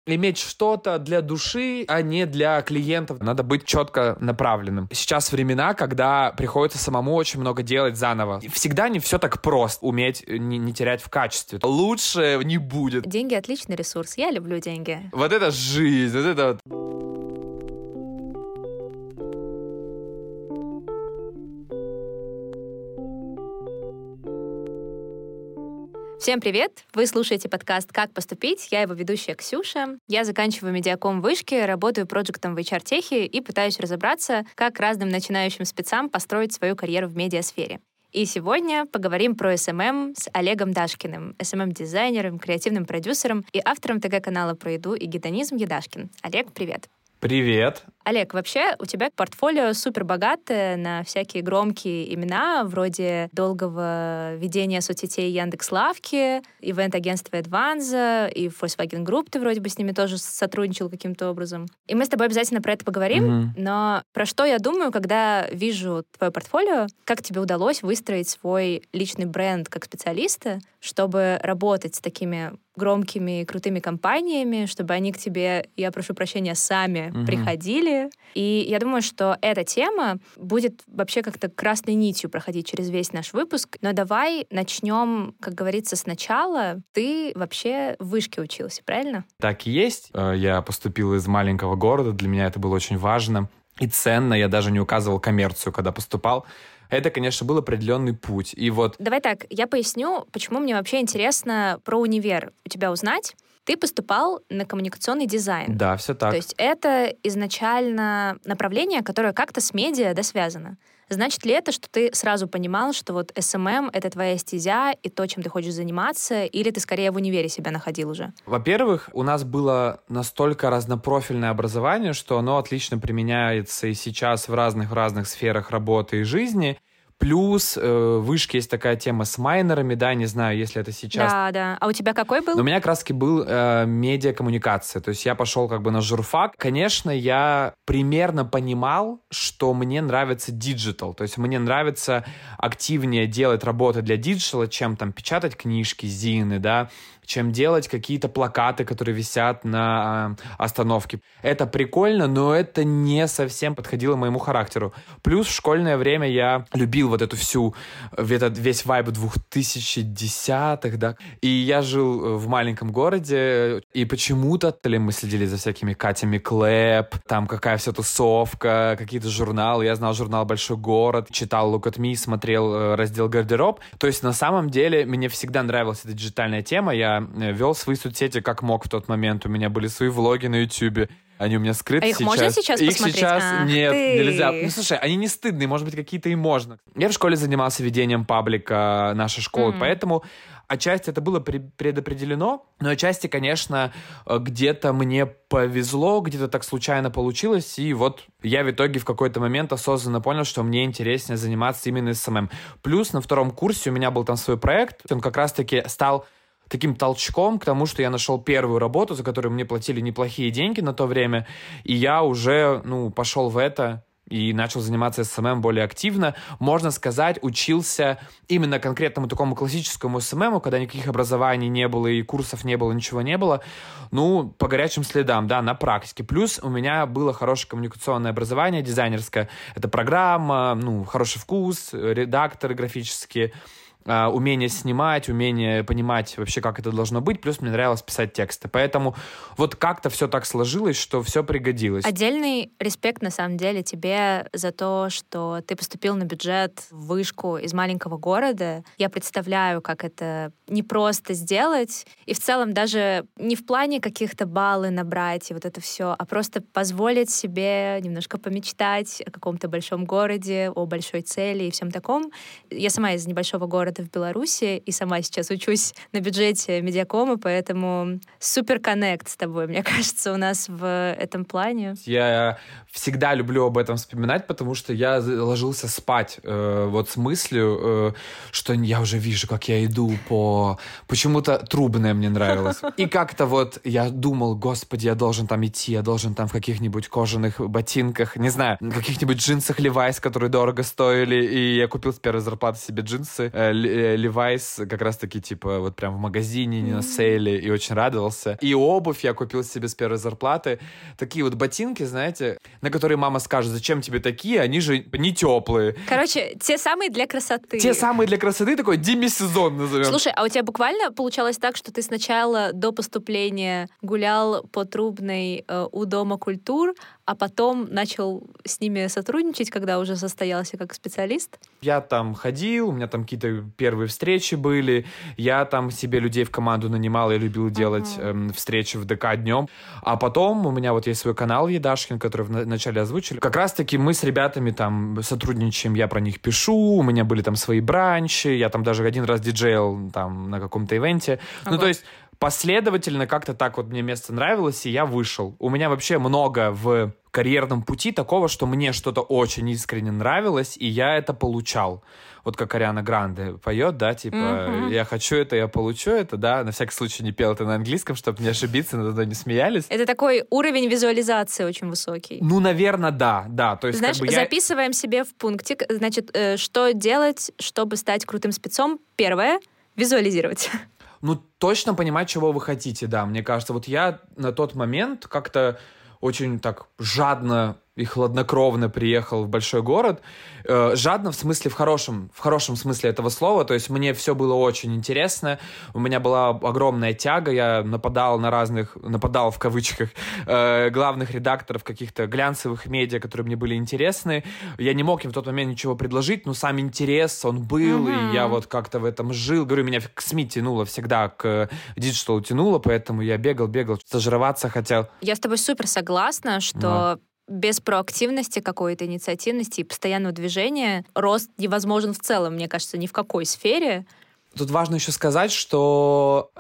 иметь что-то для души, а не для клиентов. Надо быть четко направленным. Сейчас времена, когда приходится самому очень много делать заново. Всегда не все так просто. Уметь не терять в качестве. Лучше не будет. Деньги — отличный ресурс. Я люблю деньги. Вот это жизнь, вот это вот. Всем привет! Вы слушаете подкаст «Как поступить?». Я его ведущая Ксюша. Я заканчиваю медиаком в Вышке, работаю проектом в HR-техе и пытаюсь разобраться, как разным начинающим спецам построить свою карьеру в медиасфере. И сегодня поговорим про SMM с Олегом Дашкиным, SMM-дизайнером, креативным продюсером и автором ТГ-канала про еду и гедонизм Едашкин. Олег, привет! Привет! Олег, вообще у тебя портфолио супер богатое на всякие громкие имена, вроде долгого ведения соцсетей Яндекс.Лавки, ивент-агентства Advanza и Volkswagen Group, ты вроде бы с ними тоже сотрудничал каким-то образом. И мы с тобой обязательно про это поговорим, но про что я думаю, когда вижу твое портфолио, как тебе удалось выстроить свой личный бренд как специалиста, чтобы работать с такими громкими и крутыми компаниями, чтобы они к тебе, я прошу прощения, сами приходили. И я думаю, что эта тема будет вообще как-то красной нитью проходить через весь наш выпуск. Но давай начнем, как говорится, сначала. Ты вообще в Вышке учился, правильно? Так и есть. Я поступил из маленького города, для меня это было очень важно и ценно. Я даже не указывал коммерцию, когда поступал. Это, конечно, был определенный путь. И вот... Давай так, я поясню, почему мне вообще интересно про универ у тебя узнать. Ты поступал на коммуникационный дизайн. Да, все так. То есть это изначально направление, которое как-то с медиа связано. Значит ли это, что ты сразу понимал, что вот SMM — это твоя стезя и то, чем ты хочешь заниматься, или ты скорее в универе себя находил уже? Во-первых, у нас было настолько разнопрофильное образование, что оно отлично применяется и сейчас в разных сферах работы и жизни. Плюс в Вышке есть такая тема с майнерами, да, не знаю, если это сейчас... Да. А у тебя какой был? У меня как раз-таки был медиакоммуникация, то есть я пошел как бы на журфак. Конечно, я примерно понимал, что мне нравится диджитал, то есть мне нравится активнее делать работы для диджитала, чем там печатать книжки, зины, да, чем делать какие-то плакаты, которые висят на остановке. Это прикольно, но это не совсем подходило моему характеру. Плюс в школьное время я любил вот эту весь вайб 2010-х, да. И я жил в маленьком городе, и почему-то мы следили за всякими Катями Клэп, там какая вся тусовка, какие-то журналы. Я знал журнал «Большой город», читал Look at Me, смотрел раздел «Гардероб». То есть на самом деле мне всегда нравилась эта диджитальная тема. Я вел свои соцсети как мог в тот момент. У меня были свои влоги на Ютубе. Они у меня скрыты сейчас. А их можно сейчас их посмотреть? Сейчас нет, нельзя. Ну, слушай, они не стыдные, может быть, какие-то и можно. Я в школе занимался ведением паблика нашей школы, поэтому отчасти это было предопределено, но отчасти, конечно, где-то мне повезло, где-то так случайно получилось, и вот я в итоге в какой-то момент осознанно понял, что мне интереснее заниматься именно SMM. Плюс на втором курсе у меня был там свой проект, он как раз-таки стал таким толчком к тому, что я нашел первую работу, за которую мне платили неплохие деньги на то время, и я уже, пошел в это и начал заниматься SMM более активно. Можно сказать, учился именно конкретному такому классическому SMM, когда никаких образований не было, и курсов не было, ничего не было. По горячим следам, да, на практике. Плюс у меня было хорошее коммуникационное образование, дизайнерское. Это программа, хороший вкус, редакторы графические, умение снимать, умение понимать вообще, как это должно быть, плюс мне нравилось писать тексты. Поэтому вот как-то все так сложилось, что все пригодилось. Отдельный респект, на самом деле, тебе за то, что ты поступил на бюджет в Вышку из маленького города. Я представляю, как это непросто сделать. И в целом даже не в плане каких-то баллы набрать и вот это все, а просто позволить себе немножко помечтать о каком-то большом городе, о большой цели и всем таком. Я сама из небольшого города в Беларуси и сама сейчас учусь на бюджете медиакома, поэтому супер коннект с тобой, мне кажется, у нас в этом плане. Я всегда люблю об этом вспоминать, потому что я ложился спать с мыслью, что я уже вижу, как я иду по... Почему-то Трубная мне нравилось. И как-то я думал, господи, я должен там идти, я должен там в каких-нибудь кожаных ботинках, не знаю, в каких-нибудь джинсах Levi's, которые дорого стоили, и я купил с первой зарплаты себе джинсы Levi's как раз-таки, типа, вот прям в магазине, не на сейле, и очень радовался. И обувь я купил себе с первой зарплаты. Такие вот ботинки, знаете, на которые мама скажет, зачем тебе такие, они же не теплые. Короче, те самые для красоты. Те самые для красоты, такой демисезон назовем. Слушай, а у тебя буквально получалось так, что ты сначала до поступления гулял по Трубной у Дома культур, а потом начал с ними сотрудничать, когда уже состоялся как специалист? Я там ходил, у меня там какие-то первые встречи были, я там себе людей в команду нанимал, я любил делать встречи в ДК днем. А потом у меня вот есть свой канал Едашкин, который вначале озвучили. Как раз-таки мы с ребятами там сотрудничаем, я про них пишу, у меня были там свои бранчи, я там даже один раз диджейл там на каком-то ивенте. Ну, то есть последовательно как-то так вот мне место нравилось, и я вышел. У меня вообще много в карьерном пути такого, что мне что-то очень искренне нравилось, и я это получал. Вот как Ариана Гранде поет, да, типа, я хочу это, я получу это, да, на всякий случай не пел это на английском, чтобы не ошибиться, надо мной не смеялись. Это такой уровень визуализации очень высокий. Ну, наверное, да, то есть... Знаешь, как бы записываем себе в пунктик, значит, что делать, чтобы стать крутым спецом? Первое — визуализировать. Ну, точно понимать, чего вы хотите, да. Мне кажется, вот я на тот момент как-то очень так жадно и хладнокровно приехал в большой город. Жадно в смысле, в хорошем смысле этого слова. То есть мне все было очень интересно. У меня была огромная тяга. Я нападал в кавычках, главных редакторов каких-то глянцевых медиа, которые мне были интересны. Я не мог им в тот момент ничего предложить, но сам интерес, он был, и я вот как-то в этом жил. Говорю, меня к СМИ тянуло всегда, к диджиталу тянуло, поэтому я бегал, стажироваться хотел. Я с тобой супер согласна, что без проактивности какой-то, инициативности и постоянного движения рост невозможен в целом, мне кажется, ни в какой сфере. Тут важно еще сказать, что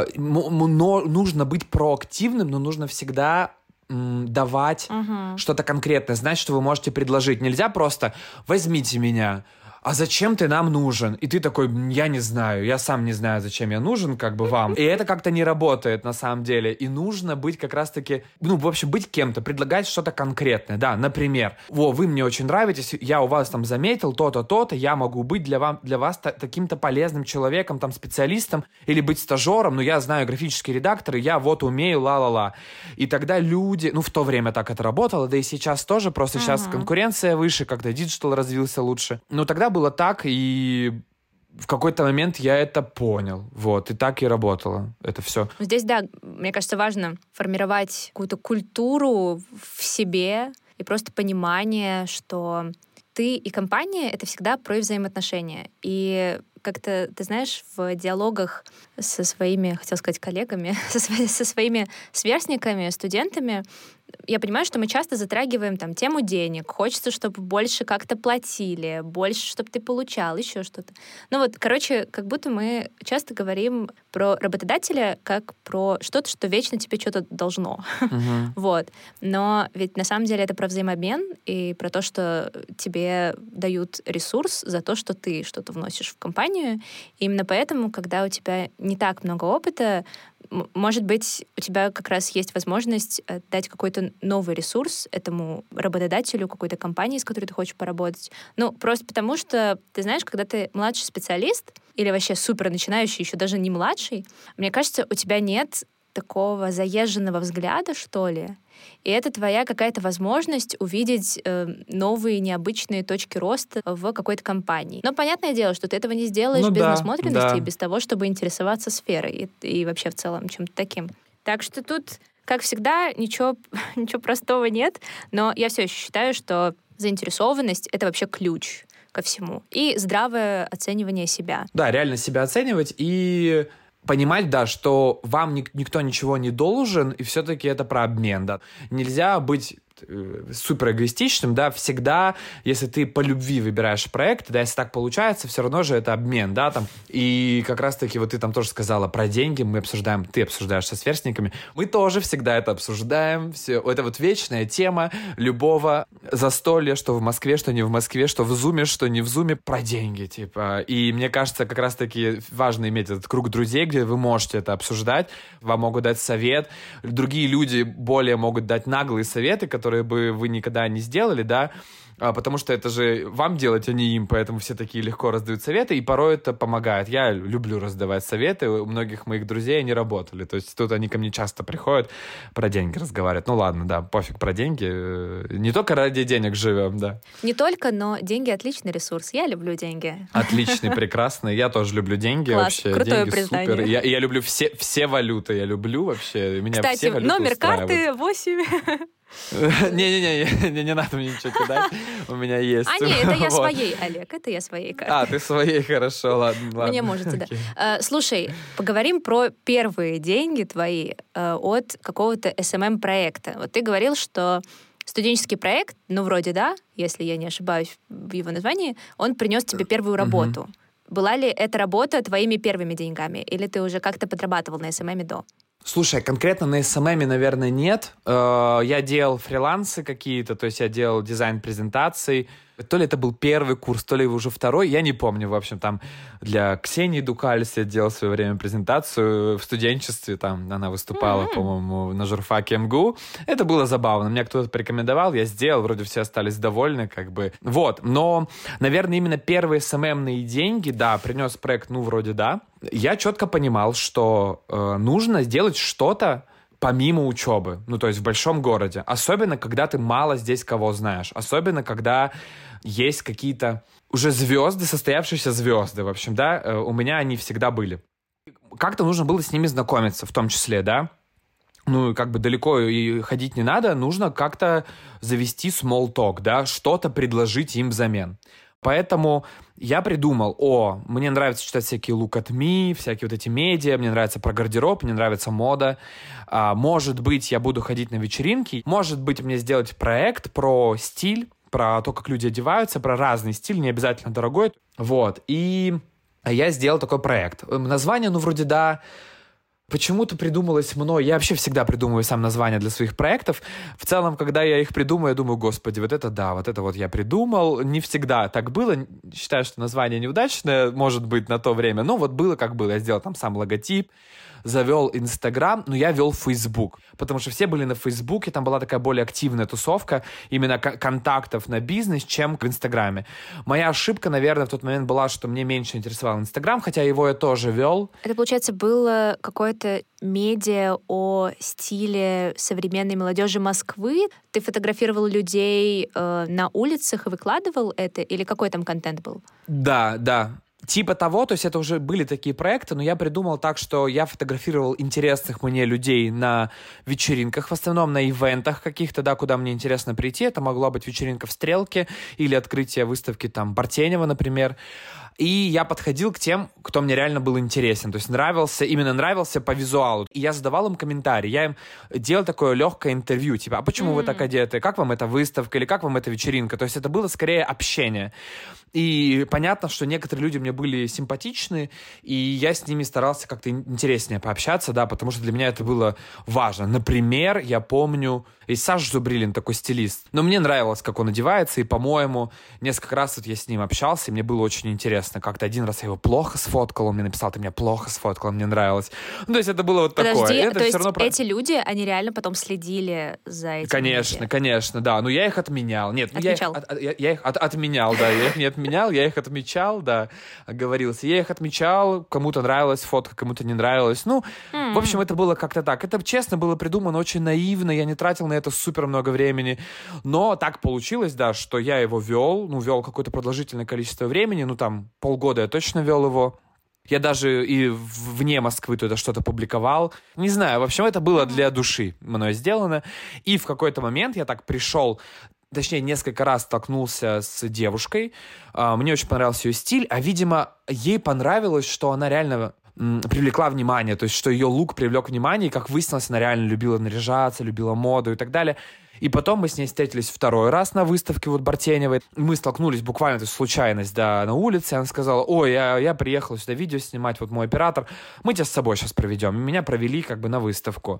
нужно быть проактивным, но нужно всегда давать что-то конкретное, знать, что вы можете предложить. Нельзя просто «возьмите меня», а зачем ты нам нужен? И ты такой, я не знаю, я сам не знаю, зачем я нужен, как бы вам. И это как-то не работает на самом деле. И нужно быть как раз-таки, в общем, быть кем-то, предлагать что-то конкретное. Да, например, вы мне очень нравитесь, я у вас там заметил то-то, то-то, я могу быть для вас таким-то полезным человеком, там, специалистом, или быть стажером, но я знаю графический редактор, и я вот умею, ла-ла-ла. И тогда люди, в то время так это работало, да и сейчас тоже, просто сейчас конкуренция выше, когда диджитал развился лучше. Но тогда было так, и в какой-то момент я это понял. Вот, и так и работало это все. Здесь, да, мне кажется, важно формировать какую-то культуру в себе и просто понимание, что ты и компания — это всегда про взаимоотношения. И как-то, ты знаешь, в диалогах со своими, хотел сказать, коллегами, со своими сверстниками, студентами, я понимаю, что мы часто затрагиваем там тему денег. Хочется, чтобы больше как-то платили, больше, чтобы ты получал, еще что-то. Как будто мы часто говорим про работодателя как про что-то, что вечно тебе что-то должно. Вот. Но ведь на самом деле это про взаимообмен и про то, что тебе дают ресурс за то, что ты что-то вносишь в компанию. И именно поэтому, когда у тебя не так много опыта, может быть, у тебя как раз есть возможность дать какой-то новый ресурс этому работодателю, какой-то компании, с которой ты хочешь поработать. Просто потому что, ты знаешь, когда ты младший специалист или вообще супер начинающий, еще даже не младший, мне кажется, у тебя нет такого заезженного взгляда, что ли. И это твоя какая-то возможность увидеть новые необычные точки роста в какой-то компании. Но понятное дело, что ты этого не сделаешь без насмотренности и без того, чтобы интересоваться сферой и вообще в целом чем-то таким. Так что тут, как всегда, ничего простого нет, но я все еще считаю, что заинтересованность — это вообще ключ ко всему. И здравое оценивание себя. Да, реально себя оценивать и понимать, да, что вам никто ничего не должен, и все-таки это про обмен, да. Нельзя быть супер эгоистичным, да, всегда, если ты по любви выбираешь проект, да, если так получается, все равно же это обмен, да, там, и как раз-таки вот ты там тоже сказала про деньги, ты обсуждаешь со сверстниками, мы тоже всегда это обсуждаем, все, это вот вечная тема любого застолья, что в Москве, что не в Москве, что в Зуме, что не в Зуме, про деньги, типа, и мне кажется, как раз-таки важно иметь этот круг друзей, где вы можете это обсуждать, вам могут дать совет, другие люди более могут дать наглые советы, которые бы вы никогда не сделали, да, потому что это же вам делать, а не им, поэтому все такие легко раздают советы, и порой это помогает. Я люблю раздавать советы, у многих моих друзей они работали, то есть тут они ко мне часто приходят, про деньги разговаривают. Ну ладно, да, пофиг про деньги, не только ради денег живем, да. Не только, но деньги — отличный ресурс, я люблю деньги. Отличный, прекрасный, я тоже люблю деньги. Класс, вообще. крутое Деньги признание. супер. Я люблю все валюты, я люблю вообще, меня Кстати, все валюты номер устраивают. карты 8. Не надо мне ничего кидать, у меня есть. А, нет, это я своей, Олег, это я своей карты. А, ты своей, хорошо, ладно. Мне можете, да. Слушай, поговорим про первые деньги твои от какого-то SMM-проекта. Вот ты говорил, что студенческий проект, ну, вроде да, если я не ошибаюсь в его названии, он принес тебе первую работу. Была ли эта работа твоими первыми деньгами? Или ты уже как-то подрабатывал на SMM до? Слушай, конкретно на SMM, наверное, нет. Я делал фрилансы какие-то, то есть я делал дизайн презентаций. То ли это был первый курс, то ли уже второй, я не помню. В общем, там для Ксении Дукальс я делал в свое время презентацию в студенчестве. Там она выступала, по-моему, на журфаке МГУ. Это было забавно. Меня кто-то порекомендовал, я сделал, вроде все остались довольны, как бы. Вот, но, наверное, именно первые SMM-ные деньги, да, принес проект, ну, вроде да. Я четко понимал, что нужно сделать что-то помимо учебы, ну, то есть в большом городе. Особенно, когда ты мало здесь кого знаешь. Особенно, когда есть какие-то уже звезды, состоявшиеся звезды, в общем, да, у меня они всегда были. Как-то нужно было с ними знакомиться, в том числе, да. Ну, как бы далеко и ходить не надо, нужно как-то завести small talk, да, что-то предложить им взамен. Поэтому я придумал, мне нравится читать всякие Look at Me, всякие вот эти медиа, мне нравится про гардероб, мне нравится мода. Может быть, я буду ходить на вечеринки, может быть, мне сделать проект про стиль, про то, как люди одеваются, про разный стиль, не обязательно дорогой. Вот, и я сделал такой проект. Название, ну, вроде да, почему-то придумалось мной. Я вообще всегда придумываю сам названия для своих проектов. В целом, когда я их придумаю, я думаю, господи, вот это вот я придумал. Не всегда так было. Считаю, что название неудачное, может быть, на то время. Но вот было как было. Я сделал там сам логотип, завел Инстаграм, но я вел Фейсбук. Потому что все были на Фейсбуке, там была такая более активная тусовка именно контактов на бизнес, чем в Инстаграме. Моя ошибка, наверное, в тот момент была, что мне меньше интересовал Инстаграм, хотя его я тоже вел. Это, получается, было какое-то медиа о стиле современной молодежи Москвы? Ты фотографировал людей на улицах и выкладывал это? Или какой там контент был? Да. Типа того, то есть это уже были такие проекты, но я придумал так, что я фотографировал интересных мне людей на вечеринках, в основном на ивентах каких-то, да, куда мне интересно прийти. Это могла быть вечеринка в Стрелке или открытие выставки там Бартенева, например. И я подходил к тем, кто мне реально был интересен, то есть нравился по визуалу. И я задавал им комментарии, я им делал такое легкое интервью, типа, а почему вы так одеты, как вам эта выставка или как вам эта вечеринка? То есть это было скорее общение. И понятно, что некоторые люди мне были симпатичны, и я с ними старался как-то интереснее пообщаться, да, потому что для меня это было важно. Например, я помню, и Саша Зубрилин такой стилист, но мне нравилось, как он одевается, и, по-моему, несколько раз вот я с ним общался, и мне было очень интересно. Как-то один раз я его плохо сфоткал, он мне написал, ты меня плохо сфоткал, мне нравилось. Ну, то есть это было вот такое. Подожди, это то есть равно эти люди, они реально потом следили за этим? Конечно, да. Но я их отменял. Нет, Отмечал. Я их отменял, да. Я их не отменял, я их отмечал, да, оговорился. Я их отмечал, кому-то нравилась фотка, кому-то не нравилась. Ну, в общем, это было как-то так. Это, честно, было придумано очень наивно, я не тратил на это супер много времени. Но так получилось, да, что я его вел какое-то продолжительное количество времени, там полгода я точно вел его. Я даже и вне Москвы туда что-то публиковал. Не знаю, в общем, это было для души мною сделано. И в какой-то момент я так пришел, точнее, несколько раз столкнулся с девушкой. Мне очень понравился ее стиль, а, видимо, ей понравилось, что она реально привлекла внимание, то есть, что ее лук привлек внимание, и, как выяснилось, она реально любила наряжаться, любила моду и так далее. И потом мы с ней встретились второй раз на выставке вот Бартеневой. Мы столкнулись буквально, то есть случайность, да, на улице. Она сказала, я приехала сюда видео снимать, вот мой оператор, мы тебя с собой сейчас проведем. И меня провели как бы на выставку.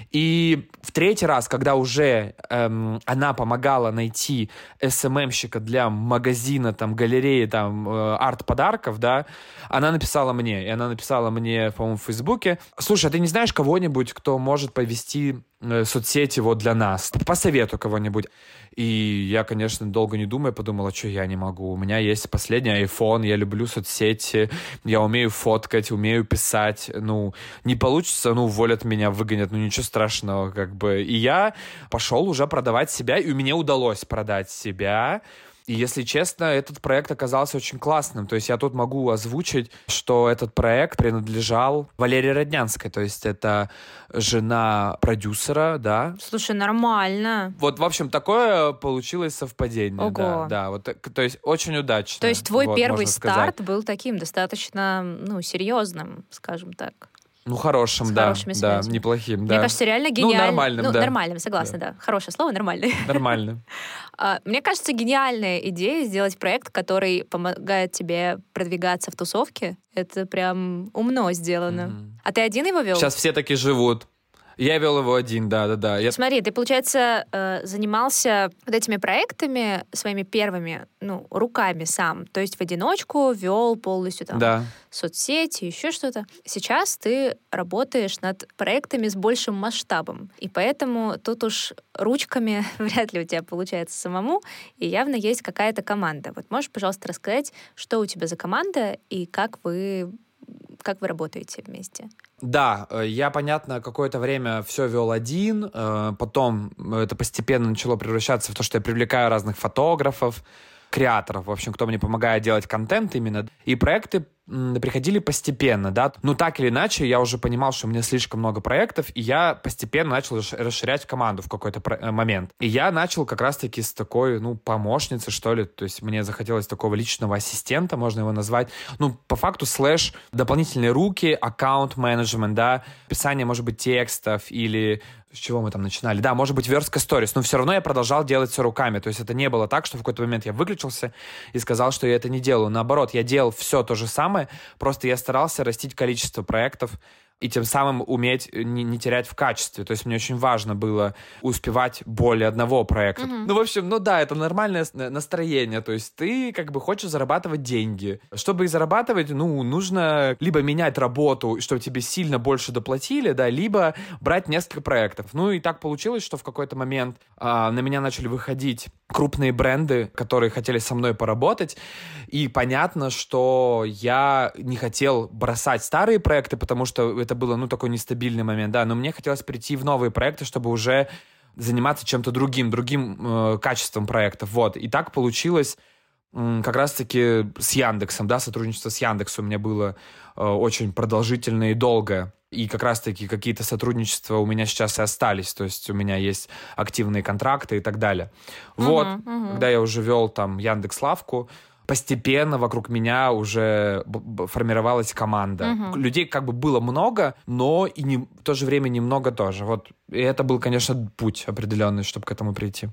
И в третий раз, когда уже она помогала найти СММщика для магазина, там, галереи, там, арт-подарков, да, она написала мне, по-моему, в Фейсбуке, слушай, а ты не знаешь кого-нибудь, кто может повести соцсети вот для нас. Посоветуй кого-нибудь. И я, конечно, долго не думая, подумала, что я не могу. У меня есть последний iPhone, я люблю соцсети, я умею фоткать, умею писать. Не получится, уволят меня, выгонят, ничего страшного, как бы. И я пошел уже продавать себя, и мне удалось продать себя. И, если честно, этот проект оказался очень классным. То есть я тут могу озвучить, что этот проект принадлежал Валерии Роднянской. То есть это жена продюсера, да. Слушай, нормально. Вот, в общем, такое получилось совпадение. Ого. Да, вот, то есть очень удачно. То есть твой первый старт был таким достаточно, серьезным, скажем так. Хорошим, да, связями. неплохим, Мне да. кажется, реально гениально. Нормальным, да. Нормальным, согласна, да. Хорошее слово, нормальный. Нормально. Мне кажется, гениальная идея сделать проект, который помогает тебе продвигаться в тусовке. Это прям умно сделано. А ты один его вел? Сейчас все таки живут. Я вел его один, да. Смотри, ты, получается, занимался вот этими проектами своими первыми, руками сам. То есть в одиночку вел полностью там соцсети, еще что-то. Сейчас ты работаешь над проектами с большим масштабом. И поэтому тут уж ручками вряд ли у тебя получается самому. И явно есть какая-то команда. Вот можешь, пожалуйста, рассказать, что у тебя за команда и как вы работаете вместе? Да, я, понятно, какое-то время все вел один, потом это постепенно начало превращаться в то, что я привлекаю разных фотографов, креаторов, в общем, кто мне помогает делать контент именно. И проекты приходили постепенно, да. Так или иначе, я уже понимал, что у меня слишком много проектов, и я постепенно начал расширять команду в какой-то момент. И я начал как раз-таки с такой, помощницы, что ли, то есть мне захотелось такого личного ассистента, можно его назвать, по факту / дополнительные руки, аккаунт-менеджмент, да, писание, может быть, текстов или... С чего мы там начинали? Да, может быть, верстка сторис, но все равно я продолжал делать все руками. То есть это не было так, что в какой-то момент я выключился и сказал, что я это не делаю. Наоборот, я делал все то же самое, просто я старался растить количество проектов и тем самым уметь не терять в качестве. То есть мне очень важно было успевать более одного проекта. В общем, это нормальное настроение. То есть ты как бы хочешь зарабатывать деньги. Чтобы их зарабатывать, нужно либо менять работу, чтобы тебе сильно больше доплатили, да, либо брать несколько проектов. И так получилось, что в какой-то момент на меня начали выходить крупные бренды, которые хотели со мной поработать. И понятно, что я не хотел бросать старые проекты, потому что это было, такой нестабильный момент, да, но мне хотелось прийти в новые проекты, чтобы уже заниматься чем-то другим качеством проектов, вот. И так получилось как раз-таки с Яндексом, да, сотрудничество с Яндексом у меня было очень продолжительное и долгое. И как раз-таки какие-то сотрудничества у меня сейчас и остались. То есть у меня есть активные контракты и так далее. Когда я уже вел там Яндекс.Лавку, постепенно вокруг меня уже формировалась команда. Людей как бы было много, но и в то же время немного тоже. Вот. И это был, конечно, путь определенный, чтобы к этому прийти.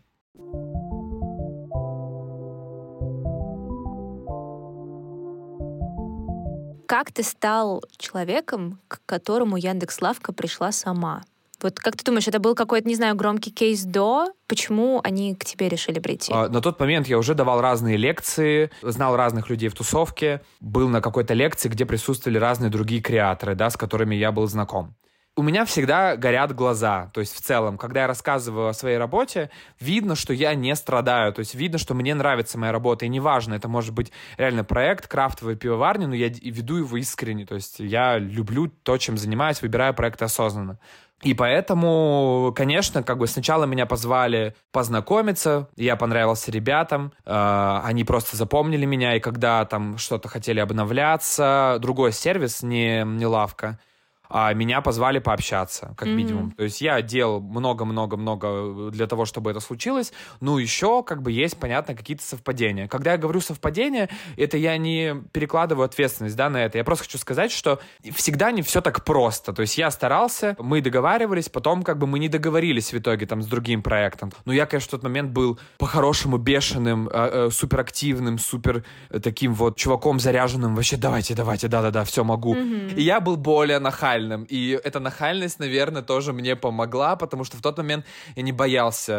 Как ты стал человеком, к которому Яндекс.Лавка пришла сама? Вот как ты думаешь, это был какой-то, не знаю, громкий кейс до? Почему они к тебе решили прийти? На тот момент я уже давал разные лекции, знал разных людей в тусовке, был на какой-то лекции, где присутствовали разные другие креаторы, да, с которыми я был знаком. У меня всегда горят глаза, то есть в целом, когда я рассказываю о своей работе, видно, что я не страдаю, то есть видно, что мне нравится моя работа, и неважно, это может быть реально проект, крафтовая пивоварня, но я веду его искренне, то есть я люблю то, чем занимаюсь, выбираю проекты осознанно. И поэтому, конечно, как бы сначала меня позвали познакомиться, я понравился ребятам, они просто запомнили меня, и когда там что-то хотели обновляться, другой сервис, не лавка, а меня позвали пообщаться, как минимум. То есть я делал много-много-много для того, чтобы это случилось. Еще как бы есть, понятно, какие-то совпадения. Когда я говорю совпадения, это я не перекладываю ответственность, да, на это. Я просто хочу сказать, что всегда не все так просто. То есть я старался, мы договаривались, потом как бы мы не договорились в итоге там с другим проектом. Но я, конечно, в тот момент был по-хорошему бешеным, суперактивным, супер таким вот чуваком заряженным. Вообще давайте, да-да-да, все могу. И я был более нахальным. И эта нахальность, наверное, тоже мне помогла, потому что в тот момент я не боялся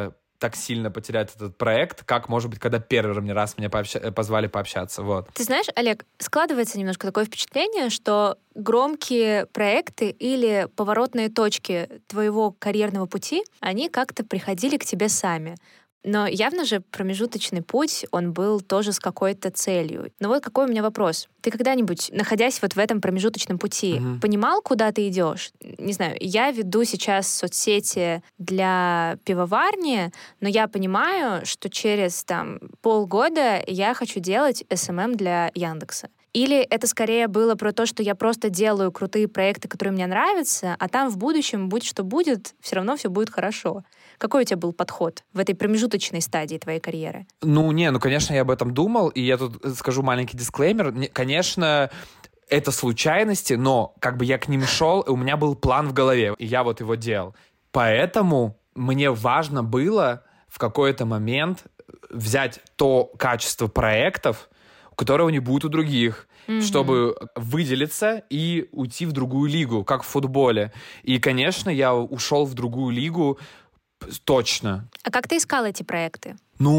так сильно потерять этот проект, как, может быть, когда первый раз меня позвали пообщаться. Вот. Ты знаешь, Олег, складывается немножко такое впечатление, что громкие проекты или поворотные точки твоего карьерного пути, они как-то приходили к тебе сами. Но явно же промежуточный путь, он был тоже с какой-то целью. Но вот какой у меня вопрос. Ты когда-нибудь, находясь вот в этом промежуточном пути, понимал, куда ты идешь? Не знаю, я веду сейчас соцсети для пивоварни, но я понимаю, что через полгода я хочу делать SMM для Яндекса. Или это скорее было про то, что я просто делаю крутые проекты, которые мне нравятся, а там в будущем, будь что будет, все равно все будет хорошо. Какой у тебя был подход в этой промежуточной стадии твоей карьеры? Конечно, я об этом думал, и я тут скажу маленький дисклеймер. Конечно, это случайности, но как бы я к ним шел, и у меня был план в голове, и я вот его делал. Поэтому мне важно было в какой-то момент взять то качество проектов, которого не будет у других, чтобы выделиться и уйти в другую лигу, как в футболе. И, конечно, я ушел в другую лигу точно. А как ты искал эти проекты?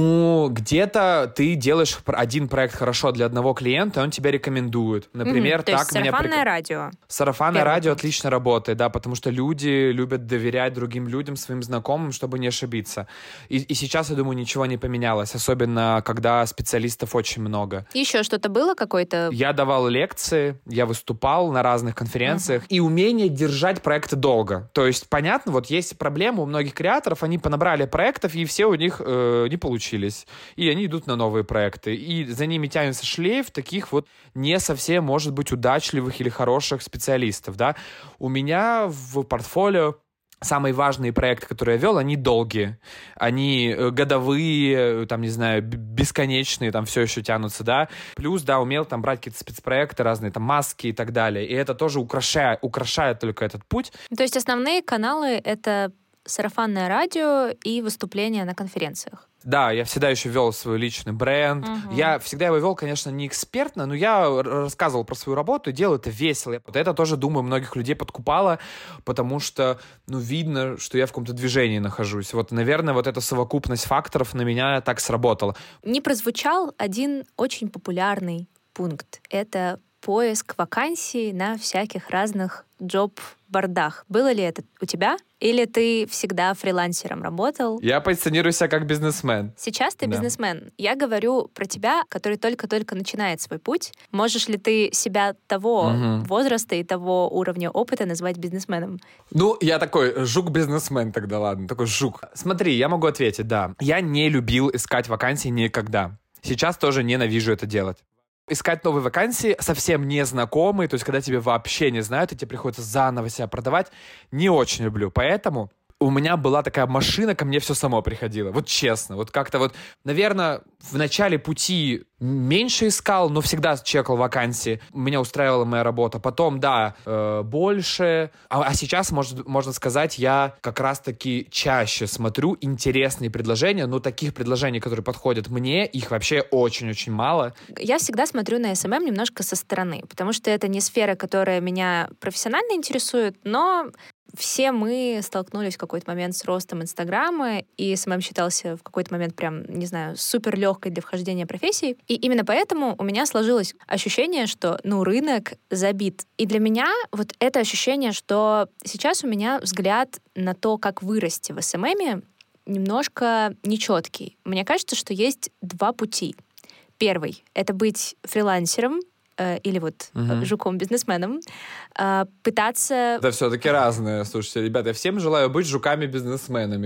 Где-то ты делаешь один проект хорошо для одного клиента, и он тебя рекомендует. Например, то есть сарафанное радио. Сарафанное радио отлично работает, да, потому что люди любят доверять другим людям, своим знакомым, чтобы не ошибиться. И сейчас, я думаю, ничего не поменялось, особенно когда специалистов очень много. Еще что-то было какое-то? Я давал лекции, я выступал на разных конференциях, и умение держать проекты долго. То есть, понятно, вот есть проблема у многих креаторов, они понабрали проектов, и все у них не получились. И они идут на новые проекты. И за ними тянется шлейф таких вот не совсем, может быть, удачливых или хороших специалистов, да. У меня в портфолио самые важные проекты, которые я вел, они долгие. Они годовые, бесконечные, все еще тянутся, да. Плюс, да, умел брать какие-то спецпроекты разные, маски и так далее. И это тоже украшает только этот путь. То есть основные каналы — это сарафанное радио и выступления на конференциях. Да, я всегда еще вел свой личный бренд. Я всегда его вел, конечно, не экспертно, но я рассказывал про свою работу и делал это весело. Вот это тоже, думаю, многих людей подкупало, потому что, видно, что я в каком-то движении нахожусь. Вот, наверное, вот эта совокупность факторов на меня так сработала. Не прозвучал один очень популярный пункт. Это поиск вакансий на всяких разных джоб-бордах. Было ли это у тебя? Или ты всегда фрилансером работал? Я позиционирую себя как бизнесмен. Сейчас ты бизнесмен. Я говорю про тебя, который только-только начинает свой путь. Можешь ли ты себя того возраста и того уровня опыта назвать бизнесменом? Я такой жук-бизнесмен тогда, ладно, такой жук. Смотри, я могу ответить, да. Я не любил искать вакансии никогда. Сейчас тоже ненавижу это делать. Искать новые вакансии совсем незнакомые, то есть когда тебе вообще не знают, и тебе приходится заново себя продавать, не очень люблю. Поэтому у меня была такая машина, ко мне все само приходило. Вот честно. Вот как-то вот, наверное, в начале пути меньше искал, но всегда чекал вакансии. Меня устраивала моя работа. Потом, да, больше. А сейчас, можно сказать, я как раз-таки чаще смотрю интересные предложения, но таких предложений, которые подходят мне, их вообще очень-очень мало. Я всегда смотрю на SMM немножко со стороны, потому что это не сфера, которая меня профессионально интересует, но все мы столкнулись в какой-то момент с ростом Инстаграма, и SMM считался в какой-то момент прям, не знаю, супер легкой для вхождения профессии. И именно поэтому у меня сложилось ощущение, что, рынок забит. И для меня вот это ощущение, что сейчас у меня взгляд на то, как вырасти в SMM, немножко нечеткий. Мне кажется, что есть два пути. Первый — это быть фрилансером, или жуком-бизнесменом, пытаться... Это все-таки разное. Слушайте, ребята, я всем желаю быть жуками-бизнесменами.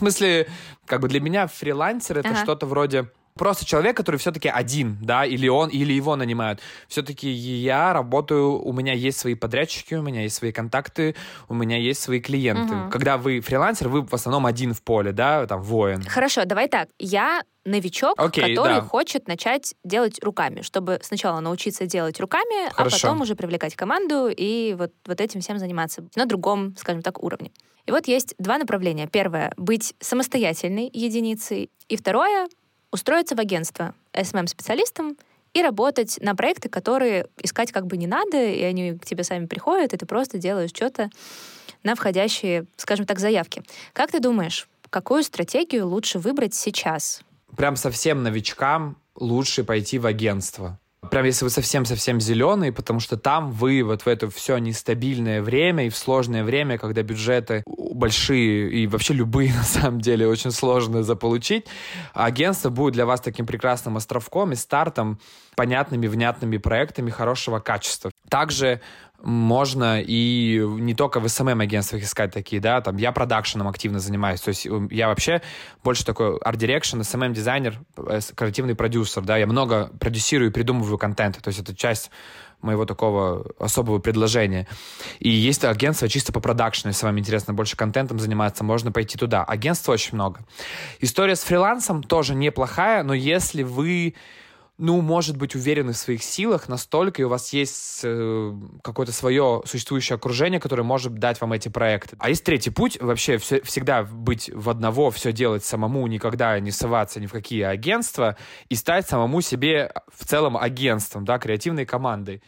Для меня фрилансер — это что-то вроде... Просто человек, который все-таки один, да, или его нанимают. Все-таки я работаю, у меня есть свои подрядчики, у меня есть свои контакты, у меня есть свои клиенты. Когда вы фрилансер, вы в основном один в поле, да, воин. Хорошо, давай так. Я новичок, который хочет начать делать руками, чтобы сначала научиться делать руками, а потом уже привлекать команду и вот этим всем заниматься на другом, скажем так, уровне. И вот есть два направления. Первое — быть самостоятельной единицей. И второе — устроиться в агентство SMM-специалистом и работать на проекты, которые искать не надо, и они к тебе сами приходят, и ты просто делаешь что-то на входящие, скажем так, заявки. Как ты думаешь, Какую стратегию лучше выбрать сейчас? Прям совсем новичкам лучше пойти в агентство. Прям если вы совсем-совсем зеленый, потому что там вы вот в это все нестабильное время и в сложное время, когда бюджеты большие и вообще любые, на самом деле, очень сложно заполучить, агентство будет для вас таким прекрасным островком и стартом понятными, внятными проектами хорошего качества. Также можно и не только в SMM-агентствах искать такие, да, там я продакшеном активно занимаюсь, то есть я вообще больше такой арт-дирекшн, SMM-дизайнер, креативный продюсер, да, я много продюсирую и придумываю контент, то есть это часть моего такого особого предложения. И есть агентство чисто по продакшну, если вам интересно больше контентом заниматься, можно пойти туда. Агентств очень много. История с фрилансом тоже неплохая, но если вы может быть, уверены в своих силах настолько, и у вас есть какое-то свое существующее окружение, которое может дать вам эти проекты. А есть третий путь, вообще всегда быть в одного, все делать самому, никогда не соваться ни в какие агентства и стать самому себе в целом агентством, да, креативной командой.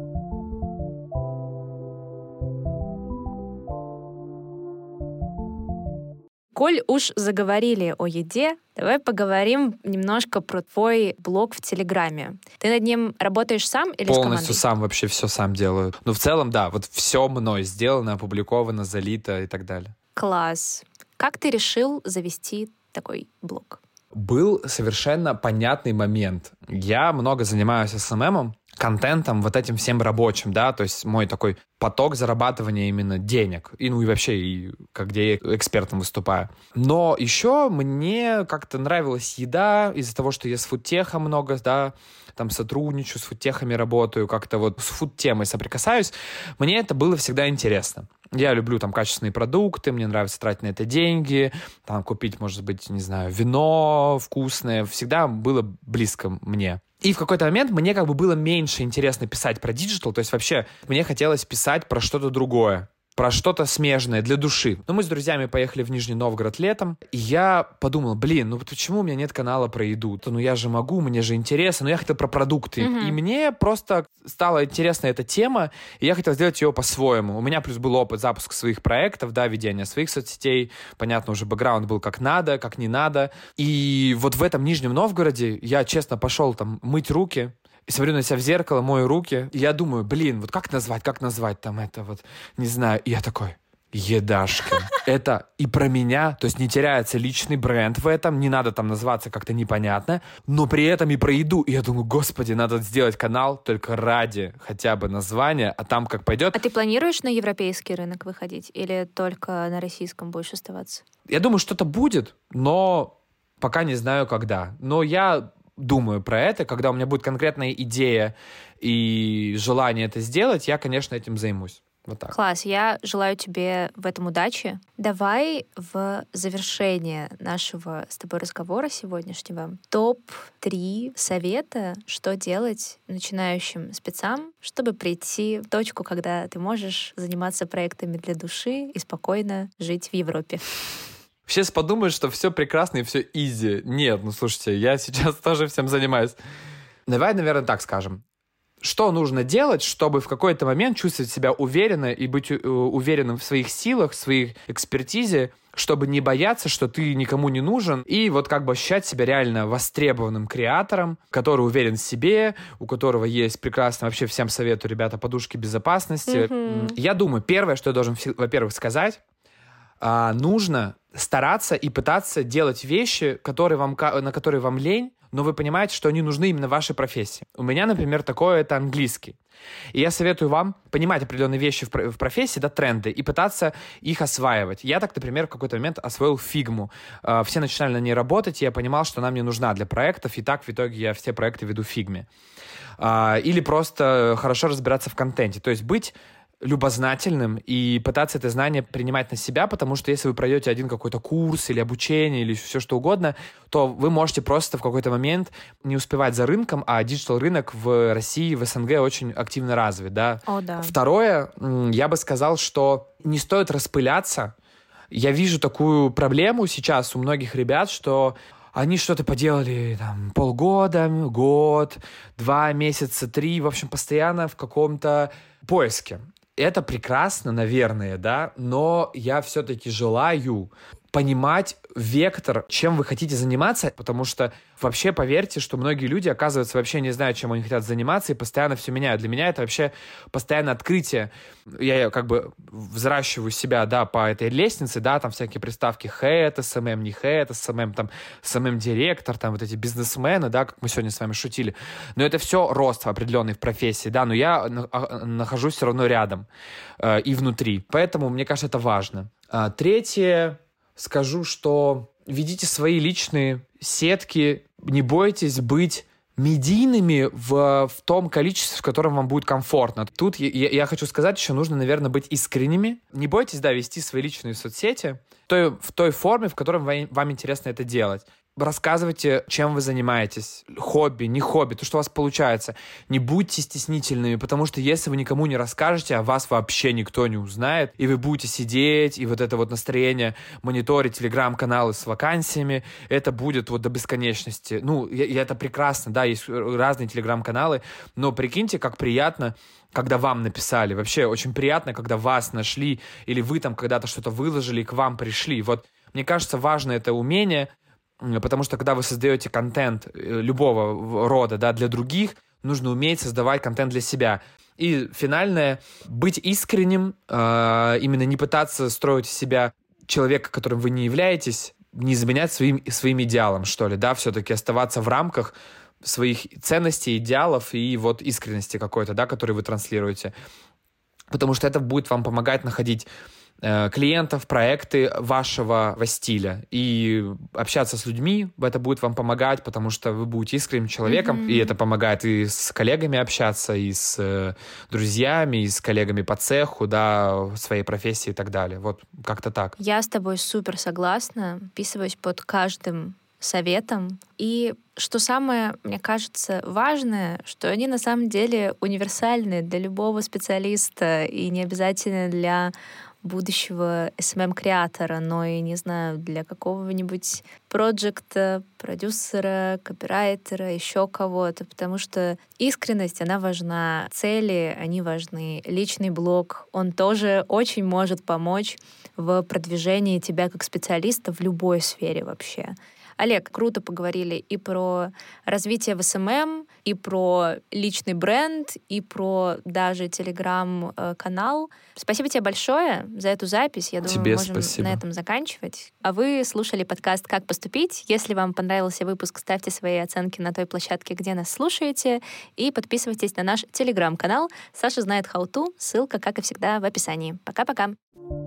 Коль уж заговорили о еде, давай поговорим немножко про твой блог в Телеграме. Ты над ним работаешь сам или с командой? Полностью сам, вообще все сам делаю. Но в целом, да, вот все мной сделано, опубликовано, залито и так далее. Класс. Как ты решил завести такой блог? Был совершенно понятный момент. Я много занимаюсь SMM-ом, контентом, вот этим всем рабочим, да, то есть мой такой поток зарабатывания именно денег, и вообще, и где я экспертом выступаю. Но еще мне как-то нравилась еда из-за того, что я с фудтехом много, да, там сотрудничаю, с фудтехами работаю, как-то вот с фуд-темой соприкасаюсь. Мне это было всегда интересно. Я люблю там качественные продукты, мне нравится тратить на это деньги, там купить, может быть, не знаю, вино вкусное, всегда было близко мне. И в какой-то момент мне как бы было меньше интересно писать про диджитал, то есть вообще мне хотелось писать про что-то другое, про что-то смежное для души. Но мы с друзьями поехали в Нижний Новгород летом, и я подумал, почему у меня нет канала про еду? Я же могу, мне же интересно, но я хотел про продукты. И мне просто стала интересна эта тема, и я хотел сделать ее по-своему. У меня плюс был опыт запуска своих проектов, да, ведения своих соцсетей. Понятно, уже бэкграунд был как надо, как не надо. И вот в этом Нижнем Новгороде я, честно, пошел там мыть руки, и смотрю на себя в зеркало, мою руки, и я думаю, вот как назвать там это вот, не знаю. И я такой, Едашкин. Это и про меня, то есть не теряется личный бренд в этом, не надо там назваться как-то непонятно, но при этом и про еду. И я думаю, господи, надо сделать канал только ради хотя бы названия, а там как пойдет. А ты планируешь на европейский рынок выходить или только на российском будешь оставаться? Я думаю, что-то будет, но пока не знаю, когда. Но я думаю про это, когда у меня будет конкретная идея и желание это сделать, я, конечно, этим займусь. Вот так. Класс, я желаю тебе в этом удачи. Давай в завершение нашего с тобой разговора сегодняшнего топ-3 совета, что делать начинающим спецам, чтобы прийти в точку, когда ты можешь заниматься проектами для души и спокойно жить в Европе. Сейчас подумают, что все прекрасно и все изи. Нет, слушайте, я сейчас тоже всем занимаюсь. Давай, наверное, так скажем. Что нужно делать, чтобы в какой-то момент чувствовать себя уверенно и быть уверенным в своих силах, в своей экспертизе, чтобы не бояться, что ты никому не нужен, и вот как бы ощущать себя реально востребованным креатором, который уверен в себе, у которого есть прекрасно, вообще всем советую, ребята, подушки безопасности. Я думаю, первое, что я должен, во-первых, сказать, нужно стараться и пытаться делать вещи, на которые вам лень, но вы понимаете, что они нужны именно вашей профессии. У меня, например, такое — это английский. И я советую вам понимать определенные вещи в профессии, да, тренды, и пытаться их осваивать. Я так, например, в какой-то момент освоил фигму. Все начинали на ней работать, и я понимал, что она мне нужна для проектов, и так в итоге я все проекты веду в фигме. Или просто хорошо разбираться в контенте. То есть быть любознательным и пытаться это знание принимать на себя, потому что если вы пройдете один какой-то курс или обучение или все что угодно, то вы можете просто в какой-то момент не успевать за рынком, а диджитал-рынок в России, в СНГ очень активно развит, да. О, да. Второе, я бы сказал, что не стоит распыляться. Я вижу такую проблему сейчас у многих ребят, что они что-то поделали там полгода, год, 2 месяца, 3, в общем, постоянно в каком-то поиске. Это прекрасно, наверное, да, но я все-таки желаю понимать вектор, чем вы хотите заниматься, потому что вообще поверьте, что многие люди, оказывается, вообще не знают, чем они хотят заниматься, и постоянно все меняют. Для меня это вообще постоянное открытие. Я как бы взращиваю себя, да, по этой лестнице, да, там всякие приставки head, SMM, не head, SMM, там, SMM-директор, там вот эти бизнесмены, да, как мы сегодня с вами шутили. Но это все рост определенный в профессии, да, но я нахожусь все равно рядом и внутри. Поэтому, мне кажется, это важно. Третье, скажу, что ведите свои личные сетки, не бойтесь быть медийными в том количестве, в котором вам будет комфортно. Тут я хочу сказать, еще нужно, наверное, быть искренними. Не бойтесь, да, вести свои личные соцсети в той форме, в которой вам интересно это делать. Рассказывайте, чем вы занимаетесь. Хобби, не хобби, то, что у вас получается. Не будьте стеснительными, потому что если вы никому не расскажете, о вас вообще никто не узнает, и вы будете сидеть, и вот это вот настроение мониторить телеграм-каналы с вакансиями, это будет вот до бесконечности. Ну, это прекрасно, да, есть разные телеграм-каналы, но прикиньте, как приятно, когда вам написали. Вообще очень приятно, когда вас нашли, или вы там когда-то что-то выложили, и к вам пришли. Вот, мне кажется, важно это умение, потому что, когда вы создаете контент любого рода, да, для других, нужно уметь создавать контент для себя. И финальное, быть искренним, именно не пытаться строить из себя человека, которым вы не являетесь, не изменять своим идеалам, что ли, да, все-таки оставаться в рамках своих ценностей, идеалов и вот искренности какой-то, да, которую вы транслируете. Потому что это будет вам помогать находить клиентов, проекты вашего стиля. И общаться с людьми, это будет вам помогать, потому что вы будете искренним человеком, и это помогает и с коллегами общаться, и с друзьями, и с коллегами по цеху, да, в своей профессии и так далее. Вот как-то так. Я с тобой супер согласна, вписываюсь под каждым советом. И что самое, мне кажется, важное, что они на самом деле универсальны для любого специалиста и не обязательно для будущего SMM-креатора, но и, не знаю, для какого-нибудь проекта, продюсера, копирайтера, еще кого-то, потому что искренность, она важна, цели, они важны, личный блог, он тоже очень может помочь в продвижении тебя как специалиста в любой сфере вообще. Олег, круто поговорили и про развитие в СММ, и про личный бренд, и про даже телеграм-канал. Спасибо тебе большое за эту запись. Я думаю, тебе мы можем спасибо. на этом заканчивать. А вы слушали подкаст «Как поступить?». Если вам понравился выпуск, ставьте свои оценки на той площадке, где нас слушаете, и подписывайтесь на наш телеграм-канал «Саша знает how to». Ссылка, как и всегда, в описании. Пока-пока.